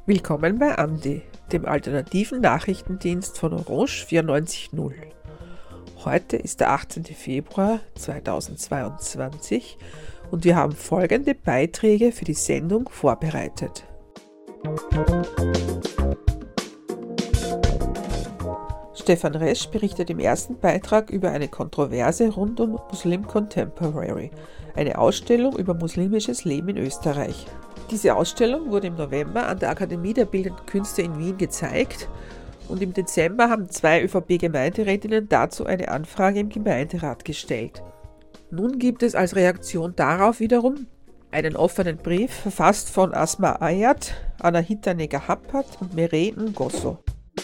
Willkommen bei Andi, dem alternativen Nachrichtendienst von Orange 94.0. Heute ist der 18. Februar 2022 und wir haben folgende Beiträge für die Sendung vorbereitet. Stefan Resch berichtet im ersten Beitrag über eine Kontroverse rund um Muslim Contemporary, eine Ausstellung über muslimisches Leben in Österreich. Diese Ausstellung wurde im November an der Akademie der Bildenden Künste in Wien gezeigt und im Dezember haben 2 ÖVP-Gemeinderätinnen dazu eine Anfrage im Gemeinderat gestellt. Nun gibt es als Reaktion darauf wiederum einen offenen Brief, verfasst von Asma Ayat, Anahita Nega-Happat und Mereen Ngosso.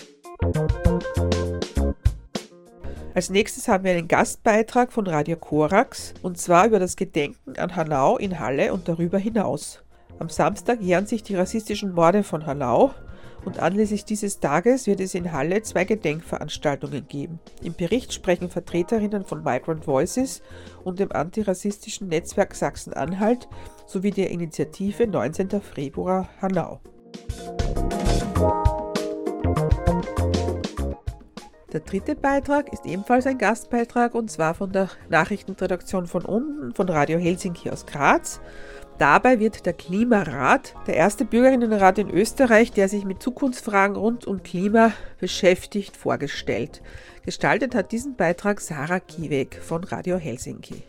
Als nächstes haben wir einen Gastbeitrag von Radio Korax, und zwar über das Gedenken an Hanau in Halle und darüber hinaus. Am Samstag jähren sich die rassistischen Morde von Hanau und anlässlich dieses Tages wird es in Halle 2 Gedenkveranstaltungen geben. Im Bericht sprechen Vertreterinnen von Migrant Voices und dem antirassistischen Netzwerk Sachsen-Anhalt sowie der Initiative 19. Februar Hanau. Der dritte Beitrag ist ebenfalls ein Gastbeitrag, und zwar von der Nachrichtenredaktion von unten, von Radio Helsinki aus Graz. Dabei wird der Klimarat, der erste Bürgerinnenrat in Österreich, der sich mit Zukunftsfragen rund um Klima beschäftigt, vorgestellt. Gestaltet hat diesen Beitrag Sarah Kieweg von Radio Helsinki.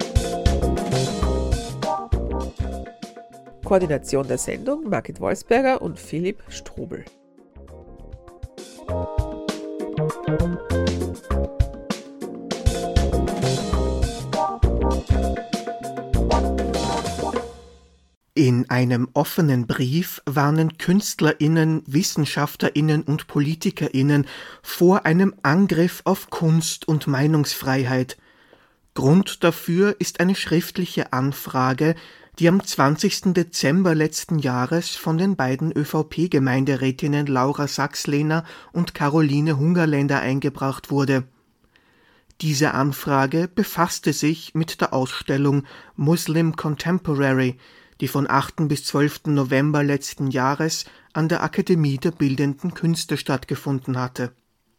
Koordination der Sendung Margit Wolfsberger und Philipp Strobel. In einem offenen Brief warnen KünstlerInnen, WissenschaftlerInnen und PolitikerInnen vor einem Angriff auf Kunst- und Meinungsfreiheit. Grund dafür ist eine schriftliche Anfrage, die am 20. Dezember letzten Jahres von den beiden ÖVP-Gemeinderätinnen Laura Sachslehner und Caroline Hungerländer eingebracht wurde. Diese Anfrage befasste sich mit der Ausstellung Muslim Contemporary, die von 8. bis 12. November letzten Jahres an der Akademie der Bildenden Künste stattgefunden hatte.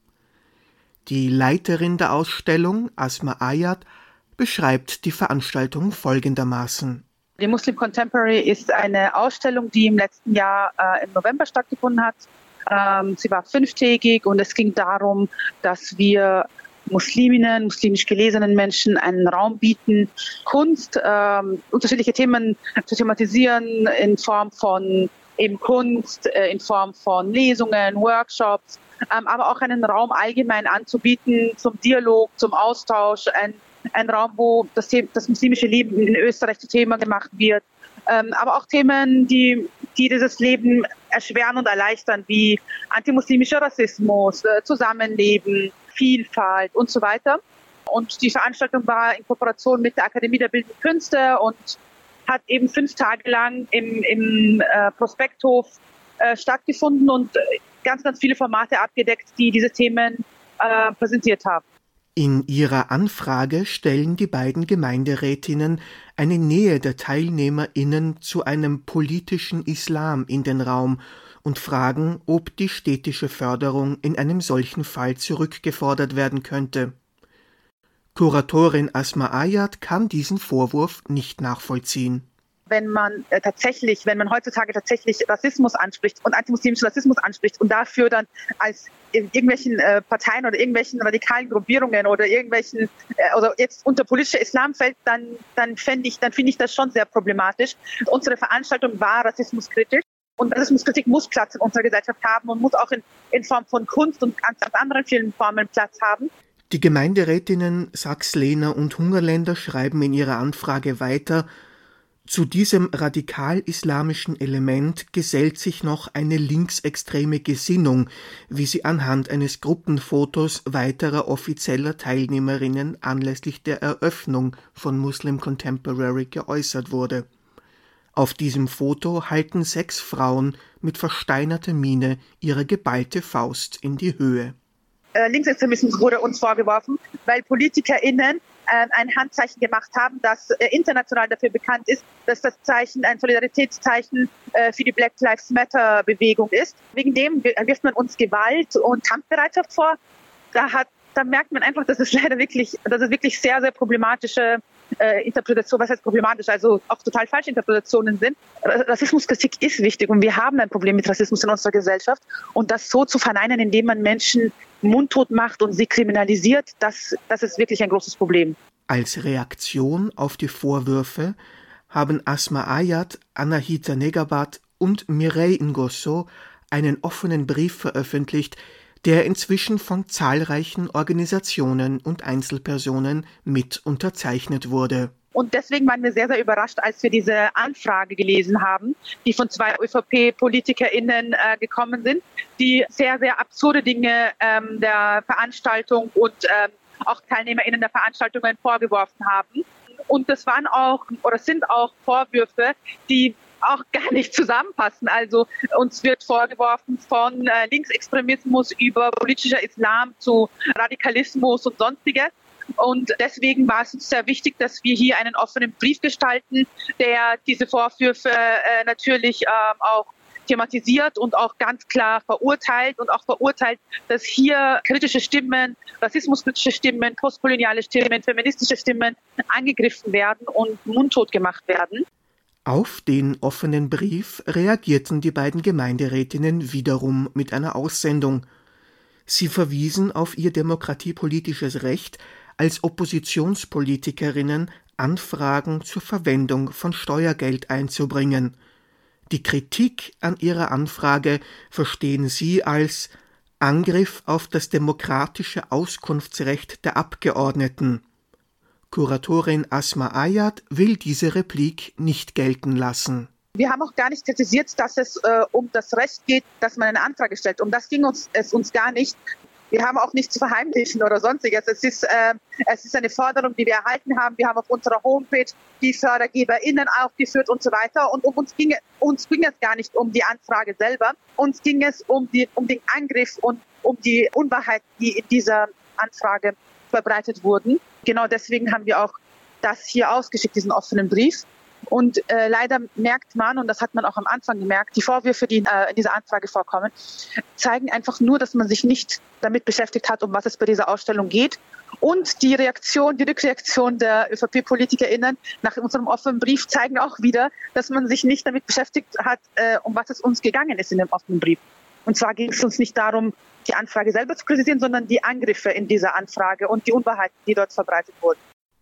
Die Leiterin der Ausstellung, Asma Ayat, beschreibt die Veranstaltung folgendermaßen. Die Muslim Contemporary ist eine Ausstellung, die im letzten Jahr im November stattgefunden hat. Sie war 5-tägig und es ging darum, dass wir Musliminnen, muslimisch gelesenen Menschen einen Raum bieten, Kunst, unterschiedliche Themen zu thematisieren in Form von eben Kunst, in Form von Lesungen, Workshops, aber auch einen Raum allgemein anzubieten zum Dialog, zum Austausch, ein Raum, wo das muslimische Leben in Österreich zu Thema gemacht wird, aber auch Themen, die dieses Leben erschweren und erleichtern, wie antimuslimischer Rassismus, Zusammenleben, Vielfalt und so weiter. Und die Veranstaltung war in Kooperation mit der Akademie der Bildenden Künste und hat eben 5 Tage lang im Prospekthof stattgefunden und ganz, ganz viele Formate abgedeckt, die diese Themen präsentiert haben. In ihrer Anfrage stellen die beiden Gemeinderätinnen eine Nähe der TeilnehmerInnen zu einem politischen Islam in den Raum und fragen, ob die städtische Förderung in einem solchen Fall zurückgefordert werden könnte. Kuratorin Asma Ayat kann diesen Vorwurf nicht nachvollziehen. Wenn man heutzutage tatsächlich Rassismus anspricht und antimuslimischen Rassismus anspricht und dafür dann als in irgendwelchen Parteien oder irgendwelchen radikalen Gruppierungen oder irgendwelchen oder jetzt unter politischer Islam fällt, dann finde ich das schon sehr problematisch. Unsere Veranstaltung war rassismuskritisch und Rassismuskritik muss Platz in unserer Gesellschaft haben und muss auch in Form von Kunst und ganz anderen vielen Formen Platz haben. Die Gemeinderätinnen Sachslehner und Hungerländer schreiben in ihrer Anfrage weiter: Zu diesem radikal-islamischen Element gesellt sich noch eine linksextreme Gesinnung, wie sie anhand eines Gruppenfotos weiterer offizieller Teilnehmerinnen anlässlich der Eröffnung von Muslim Contemporary geäußert wurde. Auf diesem Foto halten 6 Frauen mit versteinerter Miene ihre geballte Faust in die Höhe. Linksextremismus wurde uns vorgeworfen, weil PolitikerInnen ein Handzeichen gemacht haben, das international dafür bekannt ist, dass das Zeichen ein Solidaritätszeichen für die Black Lives Matter Bewegung ist. Wegen dem wirft man uns Gewalt und Kampfbereitschaft vor. Da merkt man einfach, dass es wirklich sehr, sehr problematische Interpretationen, was heißt problematisch, also auch total falsche Interpretationen sind. Rassismuskritik ist wichtig und wir haben ein Problem mit Rassismus in unserer Gesellschaft. Und das so zu verneinen, indem man Menschen mundtot macht und sie kriminalisiert, das ist wirklich ein großes Problem. Als Reaktion auf die Vorwürfe haben Asma Ayat, Anahita Negabat und Mireille Ngosso einen offenen Brief veröffentlicht, der inzwischen von zahlreichen Organisationen und Einzelpersonen mit unterzeichnet wurde. Und deswegen waren wir sehr, sehr überrascht, als wir diese Anfrage gelesen haben, die von 2 ÖVP-PolitikerInnen gekommen sind, die sehr, sehr absurde Dinge der Veranstaltung und auch TeilnehmerInnen der Veranstaltungen vorgeworfen haben. Und das sind auch Vorwürfe, die auch gar nicht zusammenpassen. Also uns wird vorgeworfen von Linksextremismus über politischer Islam zu Radikalismus und Sonstiges. Und deswegen war es uns sehr wichtig, dass wir hier einen offenen Brief gestalten, der diese Vorwürfe natürlich auch thematisiert und auch ganz klar verurteilt und auch verurteilt, dass hier kritische Stimmen, rassismuskritische Stimmen, postkoloniale Stimmen, feministische Stimmen angegriffen werden und mundtot gemacht werden. Auf den offenen Brief reagierten die beiden Gemeinderätinnen wiederum mit einer Aussendung. Sie verwiesen auf ihr demokratiepolitisches Recht, als Oppositionspolitikerinnen Anfragen zur Verwendung von Steuergeld einzubringen. Die Kritik an ihrer Anfrage verstehen sie als Angriff auf das demokratische Auskunftsrecht der Abgeordneten. Kuratorin Asma Ayat will diese Replik nicht gelten lassen. Wir haben auch gar nicht kritisiert, dass es um das Recht geht, dass man eine Anfrage stellt. Um das ging es uns gar nicht. Wir haben auch nichts zu verheimlichen oder sonstiges. Es ist eine Forderung, die wir erhalten haben. Wir haben auf unserer Homepage die FördergeberInnen aufgeführt und so weiter. Und uns ging es gar nicht um die Anfrage selber. Uns ging es um den Angriff und um die Unwahrheit, die in dieser Anfrage verbreitet wurden. Genau deswegen haben wir auch das hier ausgeschickt, diesen offenen Brief. Und leider merkt man, und das hat man auch am Anfang gemerkt, die Vorwürfe, die in dieser Anfrage vorkommen, zeigen einfach nur, dass man sich nicht damit beschäftigt hat, um was es bei dieser Ausstellung geht. Und die Rückreaktion der ÖVP-PolitikerInnen nach unserem offenen Brief zeigen auch wieder, dass man sich nicht damit beschäftigt hat, um was es uns gegangen ist in dem offenen Brief. Und zwar ging es uns nicht darum, die Anfrage selber zu kritisieren, sondern die Angriffe in dieser Anfrage und die Unwahrheiten, die dort verbreitet wurden.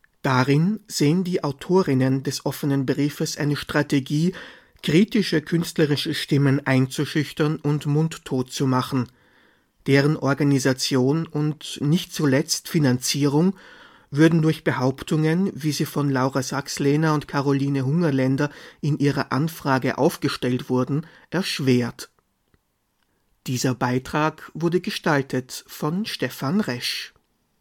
Darin sehen die Autorinnen des offenen Briefes eine Strategie, kritische künstlerische Stimmen einzuschüchtern und mundtot zu machen. Deren Organisation und nicht zuletzt Finanzierung würden durch Behauptungen, wie sie von Laura Sachs-Lehner und Caroline Hungerländer in ihrer Anfrage aufgestellt wurden, erschwert. Dieser Beitrag wurde gestaltet von Stefan Resch.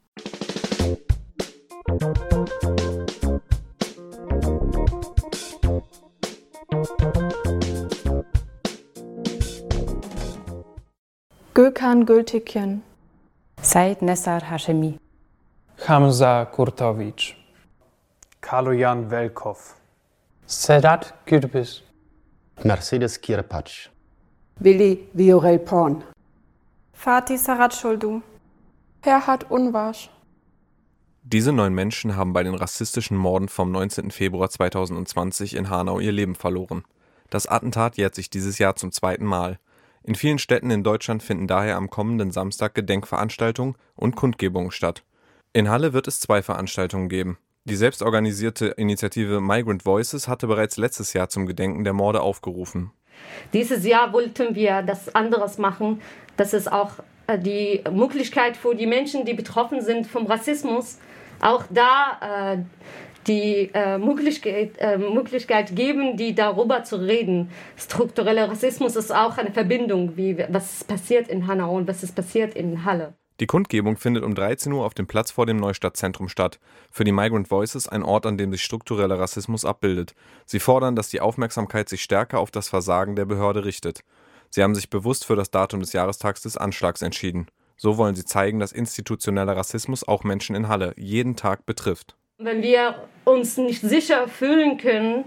Gökhan Gültekin, Said Nessar Hashemi, Hamza Kurtovic, Kaloyan Velkov, Sedat Gürbüz, Mercedes Kirpatsch, Willi Viorel-Porn, Fatih Saratscholdu, Ferhat Unwasch. Diese 9 Menschen haben bei den rassistischen Morden vom 19. Februar 2020 in Hanau ihr Leben verloren. Das Attentat jährt sich dieses Jahr zum 2. Mal. In vielen Städten in Deutschland finden daher am kommenden Samstag Gedenkveranstaltungen und Kundgebungen statt. In Halle wird es 2 Veranstaltungen geben. Die selbstorganisierte Initiative Migrant Voices hatte bereits letztes Jahr zum Gedenken der Morde aufgerufen. Dieses Jahr wollten wir das anderes machen, dass es auch die Möglichkeit für die Menschen, die betroffen sind vom Rassismus, auch da die Möglichkeit geben, die darüber zu reden. Struktureller Rassismus ist auch eine Verbindung, wie was passiert in Hanau und was ist passiert in Halle. Die Kundgebung findet um 13 Uhr auf dem Platz vor dem Neustadtzentrum statt. Für die Migrant Voices ein Ort, an dem sich struktureller Rassismus abbildet. Sie fordern, dass die Aufmerksamkeit sich stärker auf das Versagen der Behörde richtet. Sie haben sich bewusst für das Datum des Jahrestags des Anschlags entschieden. So wollen sie zeigen, dass institutioneller Rassismus auch Menschen in Halle jeden Tag betrifft. Wenn wir uns nicht sicher fühlen können,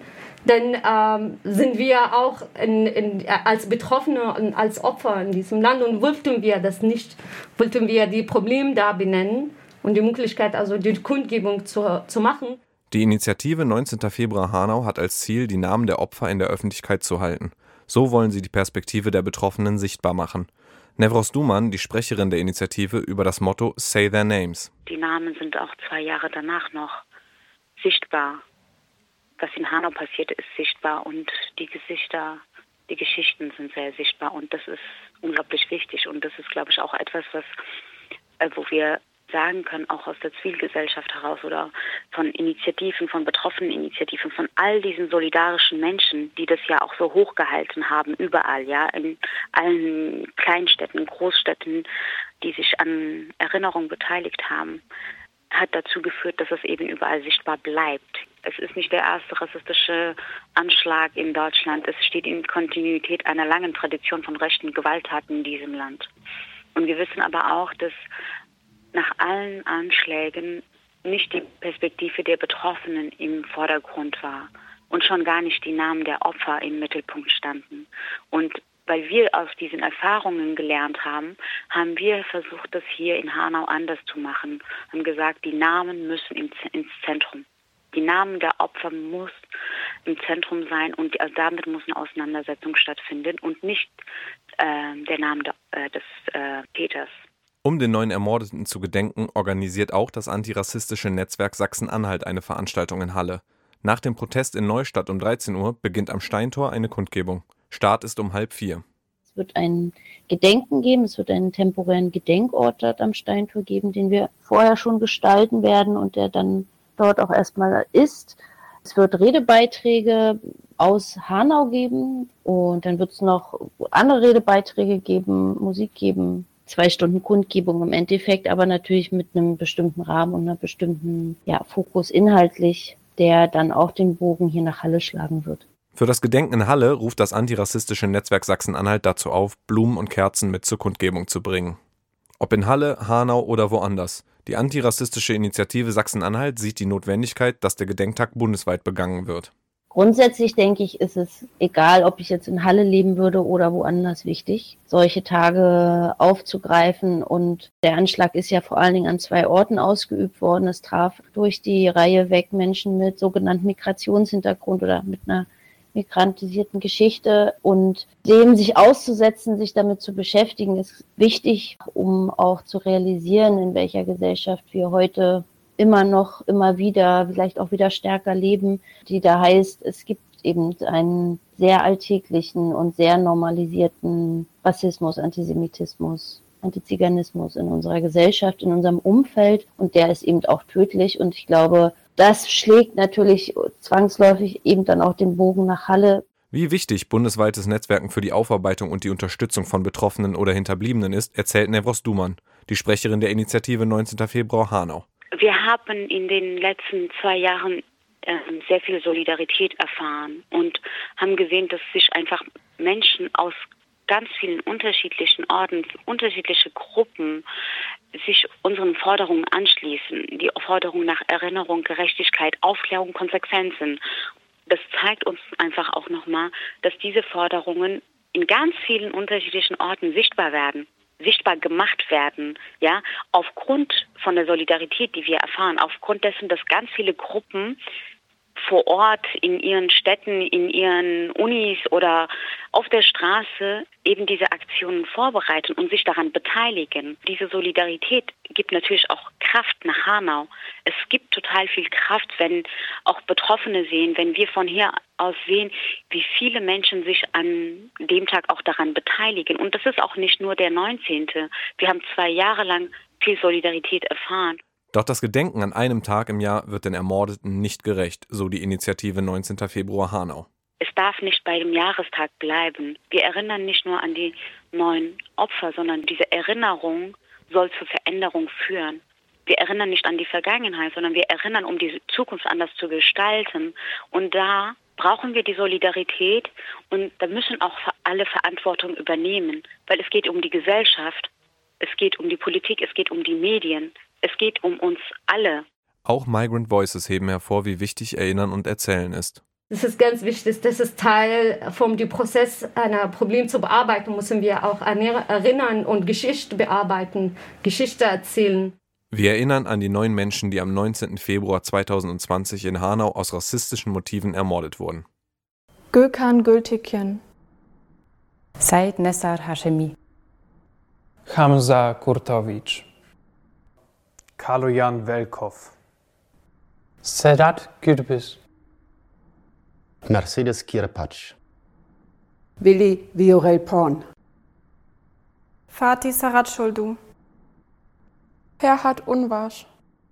dann sind wir auch als Betroffene und als Opfer in diesem Land und wollten wir das nicht, wollten wir die Probleme da benennen und die Möglichkeit, also die Kundgebung zu machen. Die Initiative 19. Februar Hanau hat als Ziel, die Namen der Opfer in der Öffentlichkeit zu halten. So wollen sie die Perspektive der Betroffenen sichtbar machen. Nevros Duman, die Sprecherin der Initiative, über das Motto Say Their Names. Die Namen sind auch 2 Jahre danach noch sichtbar. Was in Hanau passierte, ist sichtbar und die Gesichter, die Geschichten sind sehr sichtbar und das ist unglaublich wichtig und das ist, glaube ich, auch etwas, wo wir sagen können, auch aus der Zivilgesellschaft heraus oder von Initiativen, von betroffenen Initiativen, von all diesen solidarischen Menschen, die das ja auch so hochgehalten haben, überall, ja, in allen Kleinstädten, Großstädten, die sich an Erinnerung beteiligt haben, hat dazu geführt, dass es eben überall sichtbar bleibt. Es ist nicht der erste rassistische Anschlag in Deutschland. Es steht in Kontinuität einer langen Tradition von rechten Gewalttaten in diesem Land. Und wir wissen aber auch, dass nach allen Anschlägen nicht die Perspektive der Betroffenen im Vordergrund war und schon gar nicht die Namen der Opfer im Mittelpunkt standen. Und weil wir aus diesen Erfahrungen gelernt haben, haben wir versucht, das hier in Hanau anders zu machen. Haben gesagt, die Namen müssen ins Zentrum. Die Namen der Opfer muss im Zentrum sein und damit muss eine Auseinandersetzung stattfinden und nicht der Name des Täters. Um den 9 Ermordeten zu gedenken, organisiert auch das antirassistische Netzwerk Sachsen-Anhalt eine Veranstaltung in Halle. Nach dem Protest in Neustadt um 13 Uhr beginnt am Steintor eine Kundgebung. Start ist um 3:30. Es wird ein Gedenken geben, es wird einen temporären Gedenkort dort am Steintor geben, den wir vorher schon gestalten werden und der dann dort auch erstmal ist. Es wird Redebeiträge aus Hanau geben und dann wird es noch andere Redebeiträge geben, Musik geben, 2 Stunden Kundgebung im Endeffekt, aber natürlich mit einem bestimmten Rahmen und einer bestimmten Fokus inhaltlich, der dann auch den Bogen hier nach Halle schlagen wird. Für das Gedenken in Halle ruft das antirassistische Netzwerk Sachsen-Anhalt dazu auf, Blumen und Kerzen mit zur Kundgebung zu bringen. Ob in Halle, Hanau oder woanders. Die antirassistische Initiative Sachsen-Anhalt sieht die Notwendigkeit, dass der Gedenktag bundesweit begangen wird. Grundsätzlich denke ich, ist es egal, ob ich jetzt in Halle leben würde oder woanders wichtig, solche Tage aufzugreifen. Und der Anschlag ist ja vor allen Dingen an 2 Orten ausgeübt worden. Es traf durch die Reihe weg Menschen mit sogenanntem Migrationshintergrund oder mit einer migrantisierten Geschichte. Und dem sich auszusetzen, sich damit zu beschäftigen, ist wichtig, um auch zu realisieren, in welcher Gesellschaft wir heute immer wieder, vielleicht auch wieder stärker leben, die da heißt, es gibt eben einen sehr alltäglichen und sehr normalisierten Rassismus, Antisemitismus, Antiziganismus in unserer Gesellschaft, in unserem Umfeld und der ist eben auch tödlich und ich glaube, das schlägt natürlich zwangsläufig eben dann auch den Bogen nach Halle. Wie wichtig bundesweites Netzwerken für die Aufarbeitung und die Unterstützung von Betroffenen oder Hinterbliebenen ist, erzählt Nevros Duman, die Sprecherin der Initiative 19. Februar Hanau. Wir haben in den letzten 2 Jahren sehr viel Solidarität erfahren und haben gesehen, dass sich einfach Menschen aus ganz vielen unterschiedlichen Orten, unterschiedliche Gruppen sich unseren Forderungen anschließen. Die Forderung nach Erinnerung, Gerechtigkeit, Aufklärung, Konsequenzen. Das zeigt uns einfach auch nochmal, dass diese Forderungen in ganz vielen unterschiedlichen Orten sichtbar gemacht werden, ja, aufgrund von der Solidarität, die wir erfahren, aufgrund dessen, dass ganz viele Gruppen vor Ort in ihren Städten, in ihren Unis oder auf der Straße eben diese Aktionen vorbereiten und sich daran beteiligen. Diese Solidarität gibt natürlich auch Kraft nach Hanau. Es gibt total viel Kraft, wenn auch Betroffene sehen, wenn wir von hier aus sehen, wie viele Menschen sich an dem Tag auch daran beteiligen. Und das ist auch nicht nur der 19. Wir haben 2 Jahre lang viel Solidarität erfahren. Doch das Gedenken an einem Tag im Jahr wird den Ermordeten nicht gerecht, so die Initiative 19. Februar Hanau. Es darf nicht bei dem Jahrestag bleiben. Wir erinnern nicht nur an die 9 Opfer, sondern diese Erinnerung soll zur Veränderung führen. Wir erinnern nicht an die Vergangenheit, sondern wir erinnern, um die Zukunft anders zu gestalten. Und da brauchen wir die Solidarität und da müssen auch alle Verantwortung übernehmen, weil es geht um die Gesellschaft, es geht um die Politik, es geht um die Medien. Es geht um uns alle. Auch Migrant Voices heben hervor, wie wichtig Erinnern und Erzählen ist. Das ist ganz wichtig, das ist Teil vom Prozess einer Problem zu bearbeiten, müssen wir auch erinnern und Geschichte bearbeiten, Geschichte erzählen. Wir erinnern an die 9 Menschen, die am 19. Februar 2020 in Hanau aus rassistischen Motiven ermordet wurden. Gökhan Gültekin, Said Nessar Hashemi, Hamza Kurtovic, Kaloyan Velkov, Sedat Gürbüz, Mercedes Kirpatsch, Willi Viorel-Porn, Fatih Saratscholdu, Ferhat Unwasch,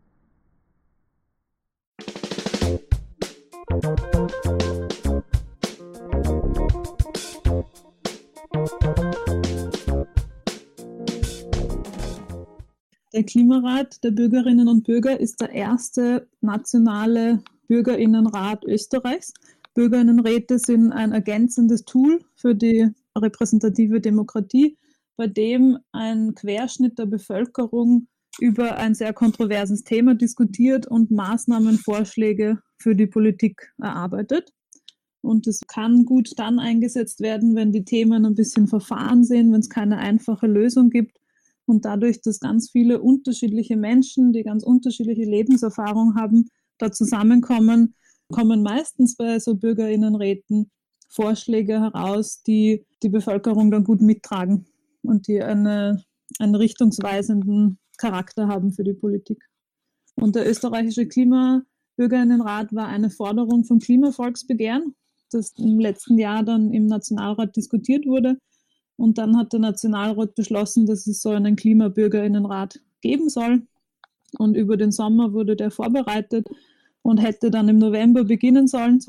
Der Klimarat der Bürgerinnen und Bürger ist der erste nationale Bürgerinnenrat Österreichs. Bürgerinnenräte sind ein ergänzendes Tool für die repräsentative Demokratie, bei dem ein Querschnitt der Bevölkerung über ein sehr kontroverses Thema diskutiert und Maßnahmenvorschläge für die Politik erarbeitet. Und es kann gut dann eingesetzt werden, wenn die Themen ein bisschen verfahren sind, wenn es keine einfache Lösung gibt. Und dadurch, dass ganz viele unterschiedliche Menschen, die ganz unterschiedliche Lebenserfahrungen haben, da zusammenkommen, kommen meistens bei so BürgerInnenräten Vorschläge heraus, die die Bevölkerung dann gut mittragen und die einen richtungsweisenden Charakter haben für die Politik. Und der österreichische Klimabürgerinnenrat war eine Forderung vom Klimavolksbegehren, das im letzten Jahr dann im Nationalrat diskutiert wurde. Und dann hat der Nationalrat beschlossen, dass es so einen Klimabürgerinnenrat geben soll. Und über den Sommer wurde der vorbereitet und hätte dann im November beginnen sollen,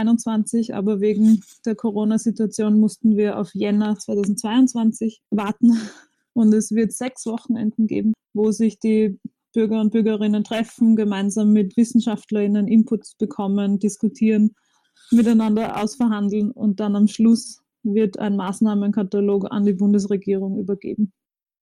2021. Aber wegen der Corona-Situation mussten wir auf Jänner 2022 warten. Und es wird 6 Wochenenden geben, wo sich die Bürger und Bürgerinnen treffen, gemeinsam mit WissenschaftlerInnen Inputs bekommen, diskutieren, miteinander ausverhandeln und dann am Schluss wird ein Maßnahmenkatalog an die Bundesregierung übergeben.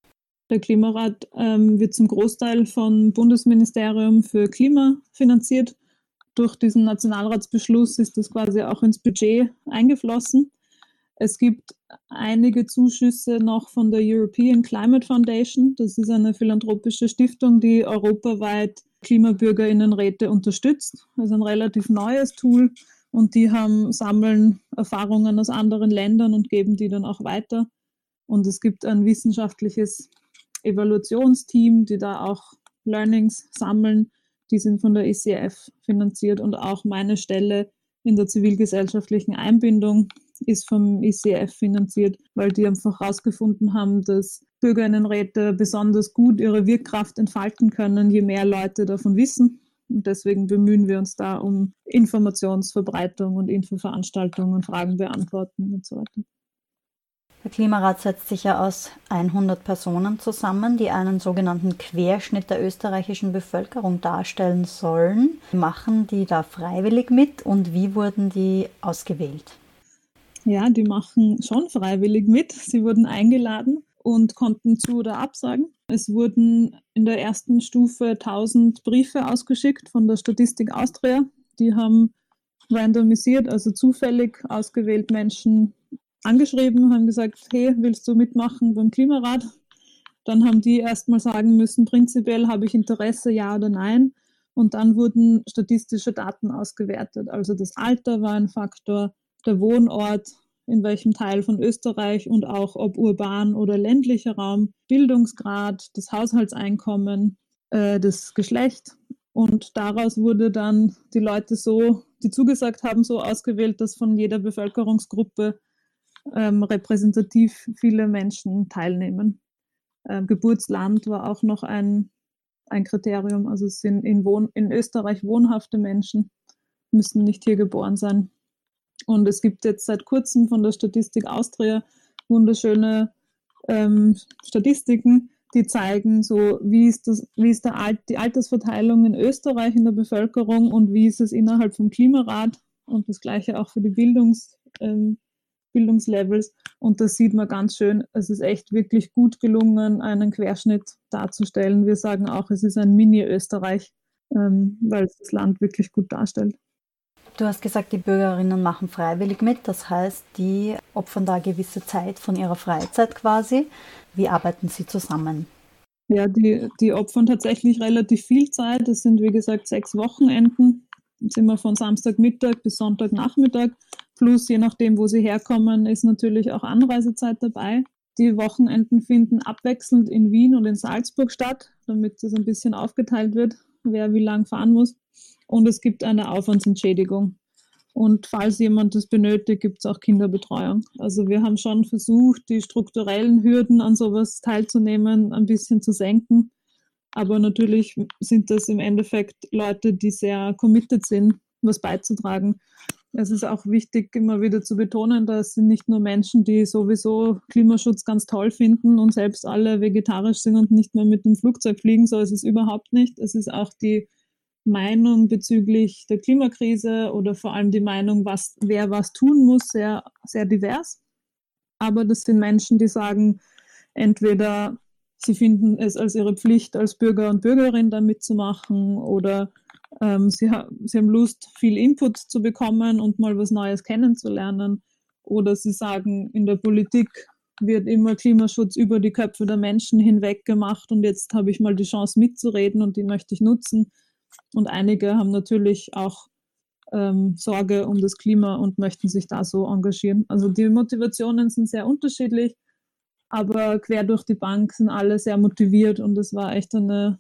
Der Klimarat wird zum Großteil vom Bundesministerium für Klima finanziert. Durch diesen Nationalratsbeschluss ist das quasi auch ins Budget eingeflossen. Es gibt einige Zuschüsse noch von der European Climate Foundation. Das ist eine philanthropische Stiftung, die europaweit KlimabürgerInnenräte unterstützt. Also ein relativ neues Tool. Und die sammeln Erfahrungen aus anderen Ländern und geben die dann auch weiter. Und es gibt ein wissenschaftliches Evaluationsteam, die da auch Learnings sammeln. Die sind von der ICF finanziert und auch meine Stelle in der zivilgesellschaftlichen Einbindung ist vom ICF finanziert, weil die einfach herausgefunden haben, dass BürgerInnenräte besonders gut ihre Wirkkraft entfalten können, je mehr Leute davon wissen. Und deswegen bemühen wir uns da um Informationsverbreitung und Infoveranstaltungen, Fragen beantworten und so weiter. Der Klimarat setzt sich ja aus 100 Personen zusammen, die einen sogenannten Querschnitt der österreichischen Bevölkerung darstellen sollen. Machen die da freiwillig mit und wie wurden die ausgewählt? Ja, die machen schon freiwillig mit. Sie wurden eingeladen und konnten zu- oder absagen. Es wurden in der ersten Stufe 1000 Briefe ausgeschickt von der Statistik Austria. Die haben randomisiert, also zufällig ausgewählt Menschen angeschrieben, haben gesagt, hey, willst du mitmachen beim Klimarat? Dann haben die erstmal sagen müssen, prinzipiell habe ich Interesse, ja oder nein. Und dann wurden statistische Daten ausgewertet. Also das Alter war ein Faktor, der Wohnort, in welchem Teil von Österreich und auch ob urban oder ländlicher Raum, Bildungsgrad, das Haushaltseinkommen, das Geschlecht. Und daraus wurde dann die Leute so, die zugesagt haben, so ausgewählt, dass von jeder Bevölkerungsgruppe repräsentativ viele Menschen teilnehmen. Geburtsland war auch noch ein Kriterium. Also es sind in Österreich wohnhafte Menschen, müssen nicht hier geboren sein. Und es gibt jetzt seit kurzem von der Statistik Austria wunderschöne Statistiken, die zeigen, so wie ist die Altersverteilung in Österreich in der Bevölkerung und wie ist es innerhalb vom Klimarat und das gleiche auch für die Bildungslevels. Und das sieht man ganz schön, es ist echt wirklich gut gelungen, einen Querschnitt darzustellen. Wir sagen auch, es ist ein Mini-Österreich, weil es das Land wirklich gut darstellt. Du hast gesagt, die Bürgerinnen machen freiwillig mit, das heißt, die opfern da gewisse Zeit von ihrer Freizeit quasi. Wie arbeiten sie zusammen? Ja, die opfern tatsächlich relativ viel Zeit. Das sind, wie gesagt, 6 Wochenenden. Jetzt sind wir von Samstagmittag bis Sonntagnachmittag. Plus, je nachdem, wo sie herkommen, ist natürlich auch Anreisezeit dabei. Die Wochenenden finden abwechselnd in Wien und in Salzburg statt, damit es ein bisschen aufgeteilt wird, wer wie lang fahren muss. Und es gibt eine Aufwandsentschädigung. Und falls jemand das benötigt, gibt es auch Kinderbetreuung. Also wir haben schon versucht, die strukturellen Hürden an sowas teilzunehmen, ein bisschen zu senken. Aber natürlich sind das im Endeffekt Leute, die sehr committed sind, was beizutragen. Es ist auch wichtig, immer wieder zu betonen, dass sind nicht nur Menschen, die sowieso Klimaschutz ganz toll finden und selbst alle vegetarisch sind und nicht mehr mit dem Flugzeug fliegen. So ist es überhaupt nicht. Es ist auch die Meinung bezüglich der Klimakrise oder vor allem die Meinung, wer was tun muss, sehr, sehr divers. Aber das sind Menschen, die sagen, entweder sie finden es als ihre Pflicht, als Bürger und Bürgerin da mitzumachen oder sie haben Lust, viel Input zu bekommen und mal was Neues kennenzulernen. Oder sie sagen, in der Politik wird immer Klimaschutz über die Köpfe der Menschen hinweg gemacht und jetzt habe ich mal die Chance mitzureden und die möchte ich nutzen. Und einige haben natürlich auch Sorge um das Klima und möchten sich da so engagieren. Also die Motivationen sind sehr unterschiedlich, aber quer durch die Bank sind alle sehr motiviert und es war echt ein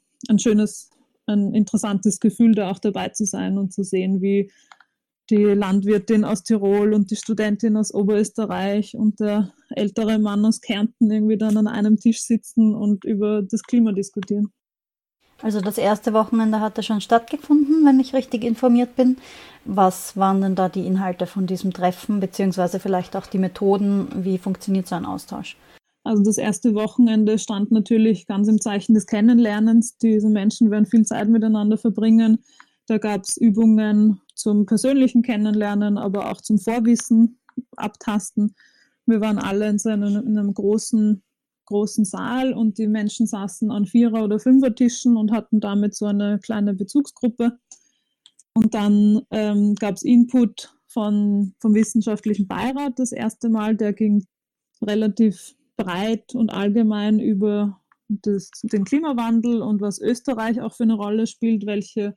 interessantes Gefühl, da auch dabei zu sein und zu sehen, wie die Landwirtin aus Tirol und die Studentin aus Oberösterreich und der ältere Mann aus Kärnten irgendwie dann an einem Tisch sitzen und über das Klima diskutieren. Also das erste Wochenende hatte schon stattgefunden, wenn ich richtig informiert bin. Was waren denn da die Inhalte von diesem Treffen, beziehungsweise vielleicht auch die Methoden? Wie funktioniert so ein Austausch? Also das erste Wochenende stand natürlich ganz im Zeichen des Kennenlernens. Diese Menschen werden viel Zeit miteinander verbringen. Da gab es Übungen zum persönlichen Kennenlernen, aber auch zum Vorwissen, Abtasten. Wir waren alle in einem großen Saal und die Menschen saßen an 4er- oder 5er-Tischen und hatten damit so eine kleine Bezugsgruppe. Und dann gab es Input vom wissenschaftlichen Beirat das erste Mal. Der ging relativ breit und allgemein über den Klimawandel und was Österreich auch für eine Rolle spielt, welche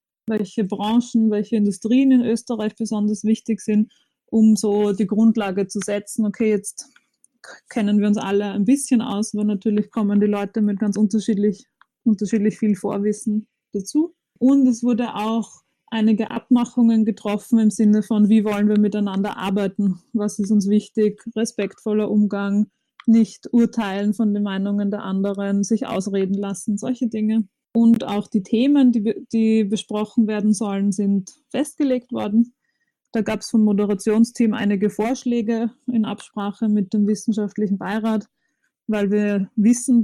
Branchen, welche Industrien in Österreich besonders wichtig sind, um so die Grundlage zu setzen. Okay, jetzt kennen wir uns alle ein bisschen aus, aber natürlich kommen die Leute mit ganz unterschiedlich viel Vorwissen dazu. Und es wurde auch einige Abmachungen getroffen im Sinne von, wie wollen wir miteinander arbeiten, was ist uns wichtig, respektvoller Umgang, nicht urteilen von den Meinungen der anderen, sich ausreden lassen, solche Dinge. Und auch die Themen, die besprochen werden sollen, sind festgelegt worden. Da gab es vom Moderationsteam einige Vorschläge in Absprache mit dem wissenschaftlichen Beirat, weil wir wissen,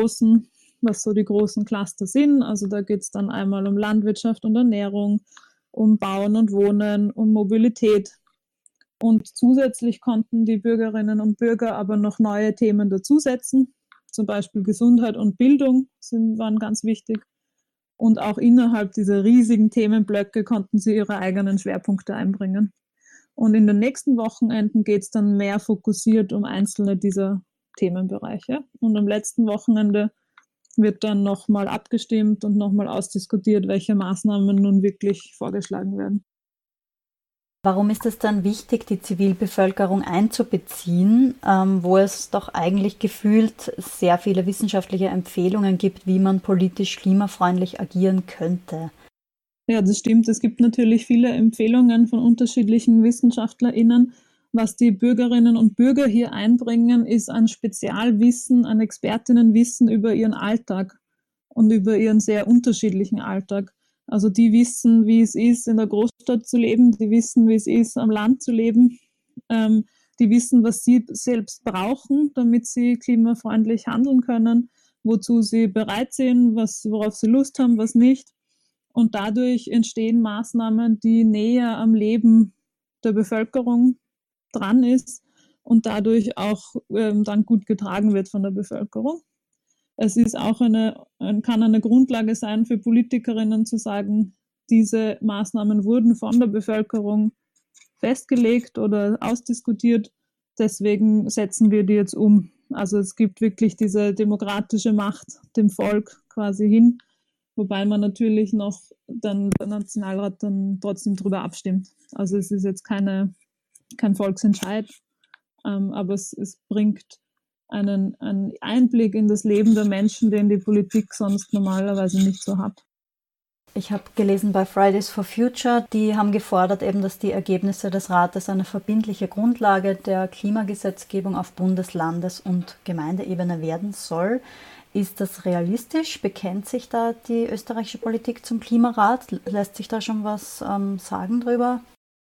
was so die großen Cluster sind. Also da geht es dann einmal um Landwirtschaft und Ernährung, um Bauen und Wohnen, um Mobilität. Und zusätzlich konnten die Bürgerinnen und Bürger aber noch neue Themen dazusetzen. Zum Beispiel Gesundheit und Bildung waren ganz wichtig. Und auch innerhalb dieser riesigen Themenblöcke konnten sie ihre eigenen Schwerpunkte einbringen. Und in den nächsten Wochenenden geht es dann mehr fokussiert um einzelne dieser Themenbereiche. Und am letzten Wochenende wird dann nochmal abgestimmt und nochmal ausdiskutiert, welche Maßnahmen nun wirklich vorgeschlagen werden. Warum ist es dann wichtig, die Zivilbevölkerung einzubeziehen, wo es doch eigentlich gefühlt sehr viele wissenschaftliche Empfehlungen gibt, wie man politisch klimafreundlich agieren könnte? Ja, das stimmt. Es gibt natürlich viele Empfehlungen von unterschiedlichen WissenschaftlerInnen. Was die Bürgerinnen und Bürger hier einbringen, ist ein Spezialwissen, ein Expertinnenwissen über ihren Alltag und über ihren sehr unterschiedlichen Alltag. Also die wissen, wie es ist, in der Großstadt zu leben, die wissen, wie es ist, am Land zu leben, die wissen, was sie selbst brauchen, damit sie klimafreundlich handeln können, wozu sie bereit sind, worauf sie Lust haben, was nicht. Und dadurch entstehen Maßnahmen, die näher am Leben der Bevölkerung dran ist und dadurch auch dann gut getragen wird von der Bevölkerung. es ist auch kann eine Grundlage sein für Politikerinnen zu sagen, diese Maßnahmen wurden von der Bevölkerung festgelegt oder ausdiskutiert, deswegen setzen wir die jetzt um. Also es gibt wirklich diese demokratische Macht dem Volk quasi hin, wobei man natürlich noch dann der Nationalrat dann trotzdem drüber abstimmt. Also es ist jetzt kein Volksentscheid, aber es bringt einen Einblick in das Leben der Menschen, den die Politik sonst normalerweise nicht so hat. Ich habe gelesen bei Fridays for Future, die haben gefordert eben, dass die Ergebnisse des Rates eine verbindliche Grundlage der Klimagesetzgebung auf Bundes-, und Gemeindeebene werden soll. Ist das realistisch? Bekennt sich da die österreichische Politik zum Klimarat? Lässt sich da schon was sagen drüber?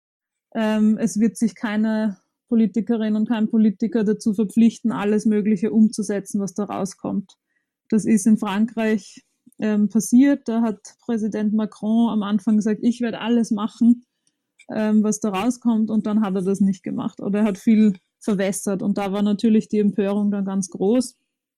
Es wird sich keine Politikerin und kein Politiker dazu verpflichten, alles Mögliche umzusetzen, was da rauskommt. Das ist in Frankreich passiert. Da hat Präsident Macron am Anfang gesagt, ich werde alles machen, was da rauskommt, und dann hat er das nicht gemacht oder er hat viel verwässert, und da war natürlich die Empörung dann ganz groß.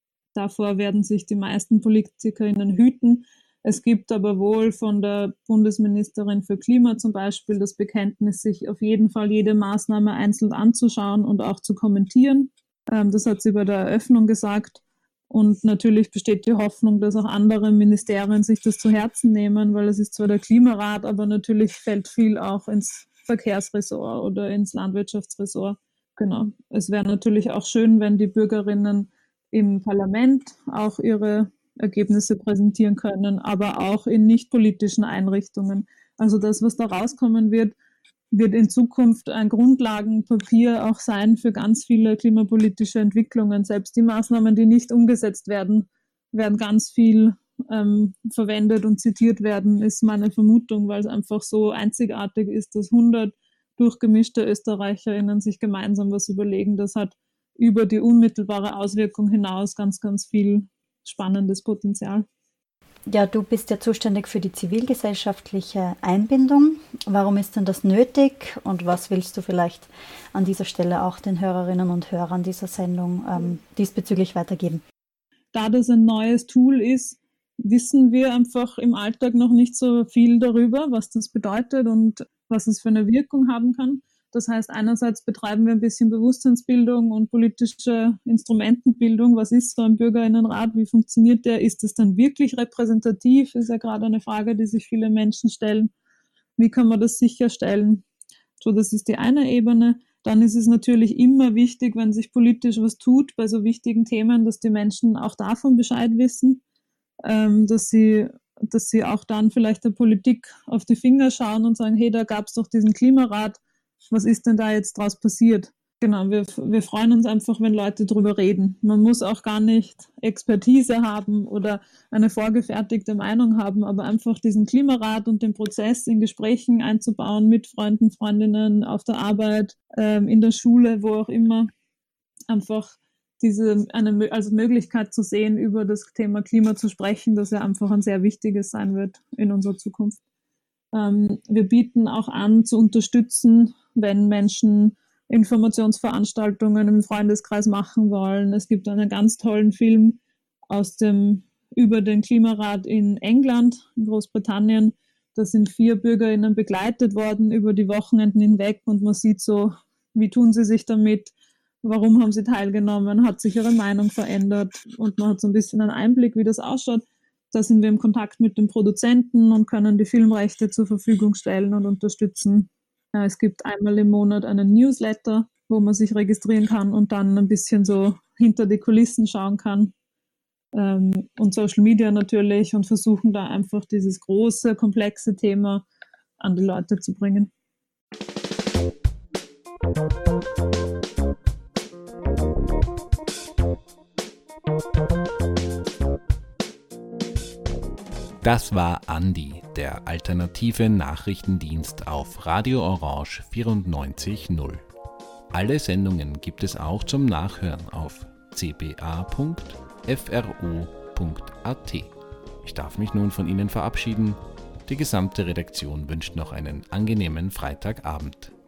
Davor werden sich die meisten PolitikerInnen hüten. Es gibt aber wohl von der Bundesministerin für Klima zum Beispiel das Bekenntnis, sich auf jeden Fall jede Maßnahme einzeln anzuschauen und auch zu kommentieren. Das hat sie bei der Eröffnung gesagt. Und natürlich besteht die Hoffnung, dass auch andere Ministerien sich das zu Herzen nehmen, weil es ist zwar der Klimarat, aber natürlich fällt viel auch ins Verkehrsressort oder ins Landwirtschaftsressort. Genau. Es wäre natürlich auch schön, wenn die Bürgerinnen im Parlament auch ihre Ergebnisse präsentieren können, aber auch in nicht-politischen Einrichtungen. Also das, was da rauskommen wird in Zukunft ein Grundlagenpapier auch sein für ganz viele klimapolitische Entwicklungen. Selbst die Maßnahmen, die nicht umgesetzt werden, werden ganz viel verwendet und zitiert werden, ist meine Vermutung, weil es einfach so einzigartig ist, dass 100 durchgemischte ÖsterreicherInnen sich gemeinsam was überlegen. Das hat über die unmittelbare Auswirkung hinaus ganz, ganz viel spannendes Potenzial. Ja, du bist ja zuständig für die zivilgesellschaftliche Einbindung. Warum ist denn das nötig und was willst du vielleicht an dieser Stelle auch den Hörerinnen und Hörern dieser Sendung diesbezüglich weitergeben? Da das ein neues Tool ist, wissen wir einfach im Alltag noch nicht so viel darüber, was das bedeutet und was es für eine Wirkung haben kann. Das heißt, einerseits betreiben wir ein bisschen Bewusstseinsbildung und politische Instrumentenbildung. Was ist so ein Bürgerinnenrat? Wie funktioniert der? Ist es dann wirklich repräsentativ? Ist ja gerade eine Frage, die sich viele Menschen stellen. Wie kann man das sicherstellen? So, das ist die eine Ebene. Dann ist es natürlich immer wichtig, wenn sich politisch was tut bei so wichtigen Themen, dass die Menschen auch davon Bescheid wissen, dass sie auch dann vielleicht der Politik auf die Finger schauen und sagen, hey, da gab es doch diesen Klimarat. Was ist denn da jetzt draus passiert? Genau, wir freuen uns einfach, wenn Leute drüber reden. Man muss auch gar nicht Expertise haben oder eine vorgefertigte Meinung haben, aber einfach diesen Klimarat und den Prozess in Gesprächen einzubauen mit Freunden, Freundinnen, auf der Arbeit, in der Schule, wo auch immer. Einfach eine Möglichkeit zu sehen, über das Thema Klima zu sprechen, das ja einfach ein sehr wichtiges sein wird in unserer Zukunft. Wir bieten auch an, zu unterstützen, wenn Menschen Informationsveranstaltungen im Freundeskreis machen wollen. Es gibt einen ganz tollen Film über den Klimarat in England, in Großbritannien. Da sind 4 BürgerInnen begleitet worden über die Wochenenden hinweg und man sieht so, wie tun sie sich damit, warum haben sie teilgenommen, hat sich ihre Meinung verändert und man hat so ein bisschen einen Einblick, wie das ausschaut. Da sind wir im Kontakt mit den Produzenten und können die Filmrechte zur Verfügung stellen und unterstützen. Es gibt einmal im Monat einen Newsletter, wo man sich registrieren kann und dann ein bisschen so hinter die Kulissen schauen kann. Und Social Media natürlich und versuchen da einfach dieses große, komplexe Thema an die Leute zu bringen. Das war Andi, der alternative Nachrichtendienst auf Radio Orange 94.0. Alle Sendungen gibt es auch zum Nachhören auf cba.fro.at. Ich darf mich nun von Ihnen verabschieden. Die gesamte Redaktion wünscht noch einen angenehmen Freitagabend.